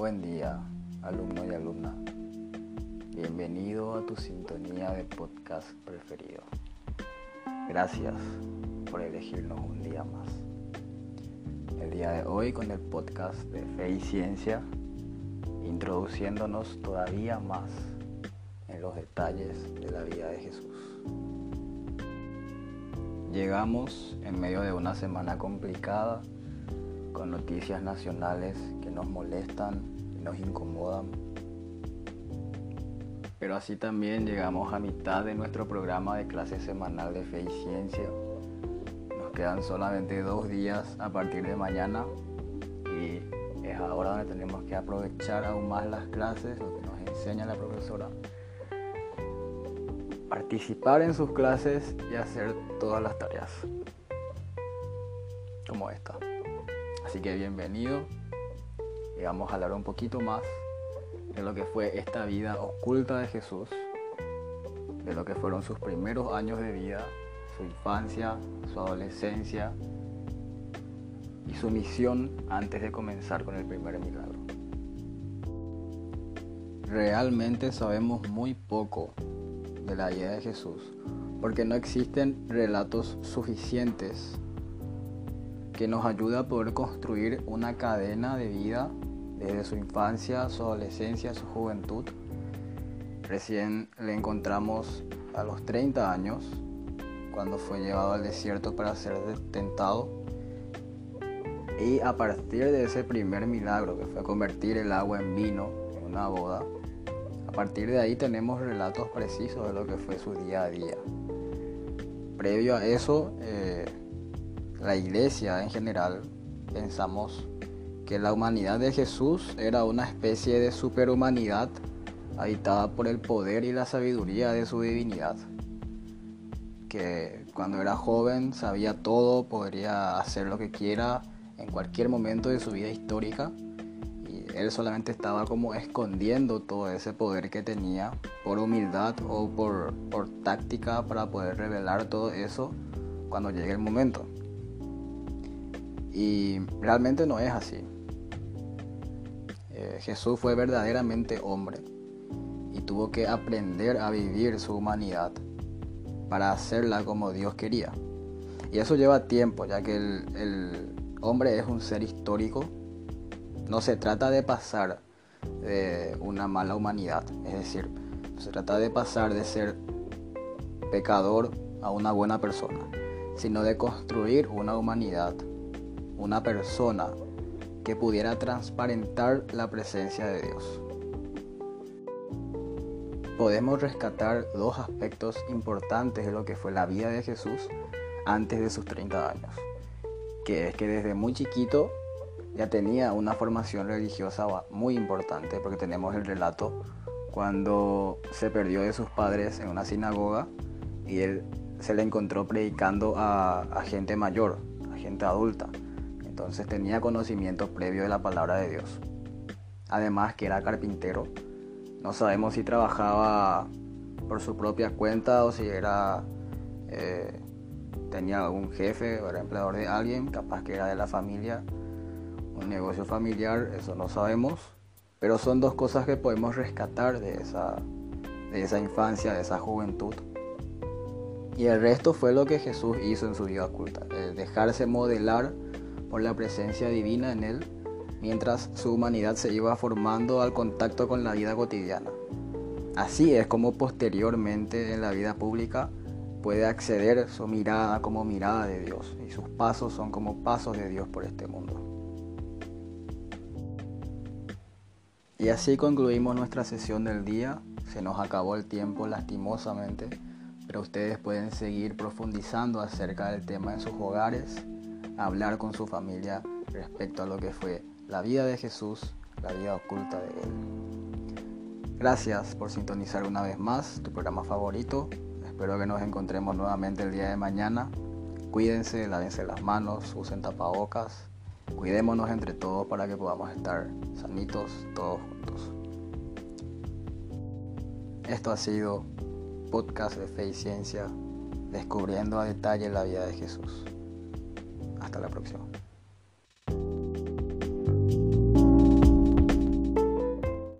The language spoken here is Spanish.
Buen día, alumno y alumna. Bienvenido a tu sintonía de podcast preferido. Gracias por elegirnos un día más. El día de hoy con el podcast de Fe y Ciencia, introduciéndonos todavía más en los detalles de la vida de Jesús. Llegamos en medio de una semana complicada, con noticias nacionales que nos molestan y nos incomodan. Pero así también llegamos a mitad de nuestro programa de clase semanal de Fe y Ciencia. Nos quedan solamente 2 días a partir de mañana y es ahora donde tenemos que aprovechar aún más las clases, lo que nos enseña la profesora. Participar en sus clases y hacer todas las tareas como esta. Así que bienvenido y vamos a hablar un poquito más de lo que fue esta vida oculta de Jesús, de lo que fueron sus primeros años de vida, su infancia, su adolescencia y su misión antes de comenzar con el primer milagro. Realmente sabemos muy poco de la vida de Jesús porque no existen relatos suficientes que nos ayude a poder construir una cadena de vida desde su infancia, su adolescencia, su juventud. Recién le encontramos a los 30 años, cuando fue llevado al desierto para ser tentado. Y a partir de ese primer milagro, que fue convertir el agua en vino en una boda, a partir de ahí tenemos relatos precisos de lo que fue su día a día. Previo a eso, la iglesia en general pensamos que la humanidad de Jesús era una especie de superhumanidad habitada por el poder y la sabiduría de su divinidad, que cuando era joven sabía todo, podría hacer lo que quiera en cualquier momento de su vida histórica, y él solamente estaba como escondiendo todo ese poder que tenía por humildad o por táctica para poder revelar todo eso cuando llegue el momento. Y realmente no es así. Jesús fue verdaderamente hombre y tuvo que aprender a vivir su humanidad para hacerla como Dios quería. Y eso lleva tiempo, ya que el hombre es un ser histórico. No se trata de pasar de una mala humanidad, es decir, no se trata de pasar de ser pecador a una buena persona, sino de construir una humanidad, una persona que pudiera transparentar la presencia de Dios. Podemos rescatar 2 aspectos importantes de lo que fue la vida de Jesús antes de sus 30 años, que es que desde muy chiquito ya tenía una formación religiosa muy importante, porque tenemos el relato cuando se perdió de sus padres en una sinagoga y él se le encontró predicando a gente mayor, a gente adulta. Entonces tenía conocimiento previo de la palabra de Dios. Además que era carpintero. No sabemos si trabajaba por su propia cuenta o si tenía algún jefe o era empleador de alguien, capaz que era de la familia, un negocio familiar, eso no sabemos. Pero son 2 cosas que podemos rescatar de esa infancia, de esa juventud. Y el resto fue lo que Jesús hizo en su vida oculta, dejarse modelar por la presencia divina en él, mientras su humanidad se iba formando al contacto con la vida cotidiana. Así es como posteriormente en la vida pública puede acceder su mirada como mirada de Dios, y sus pasos son como pasos de Dios por este mundo. Y así concluimos nuestra sesión del día. Se nos acabó el tiempo lastimosamente, pero ustedes pueden seguir profundizando acerca del tema en sus hogares, hablar con su familia respecto a lo que fue la vida de Jesús, la vida oculta de él. Gracias por sintonizar una vez más tu programa favorito. Espero que nos encontremos nuevamente el día de mañana. Cuídense, lávense las manos, usen tapabocas. Cuidémonos entre todos para que podamos estar sanitos todos juntos. Esto ha sido podcast de Fe y Ciencia, descubriendo a detalle la vida de Jesús. Hasta la próxima.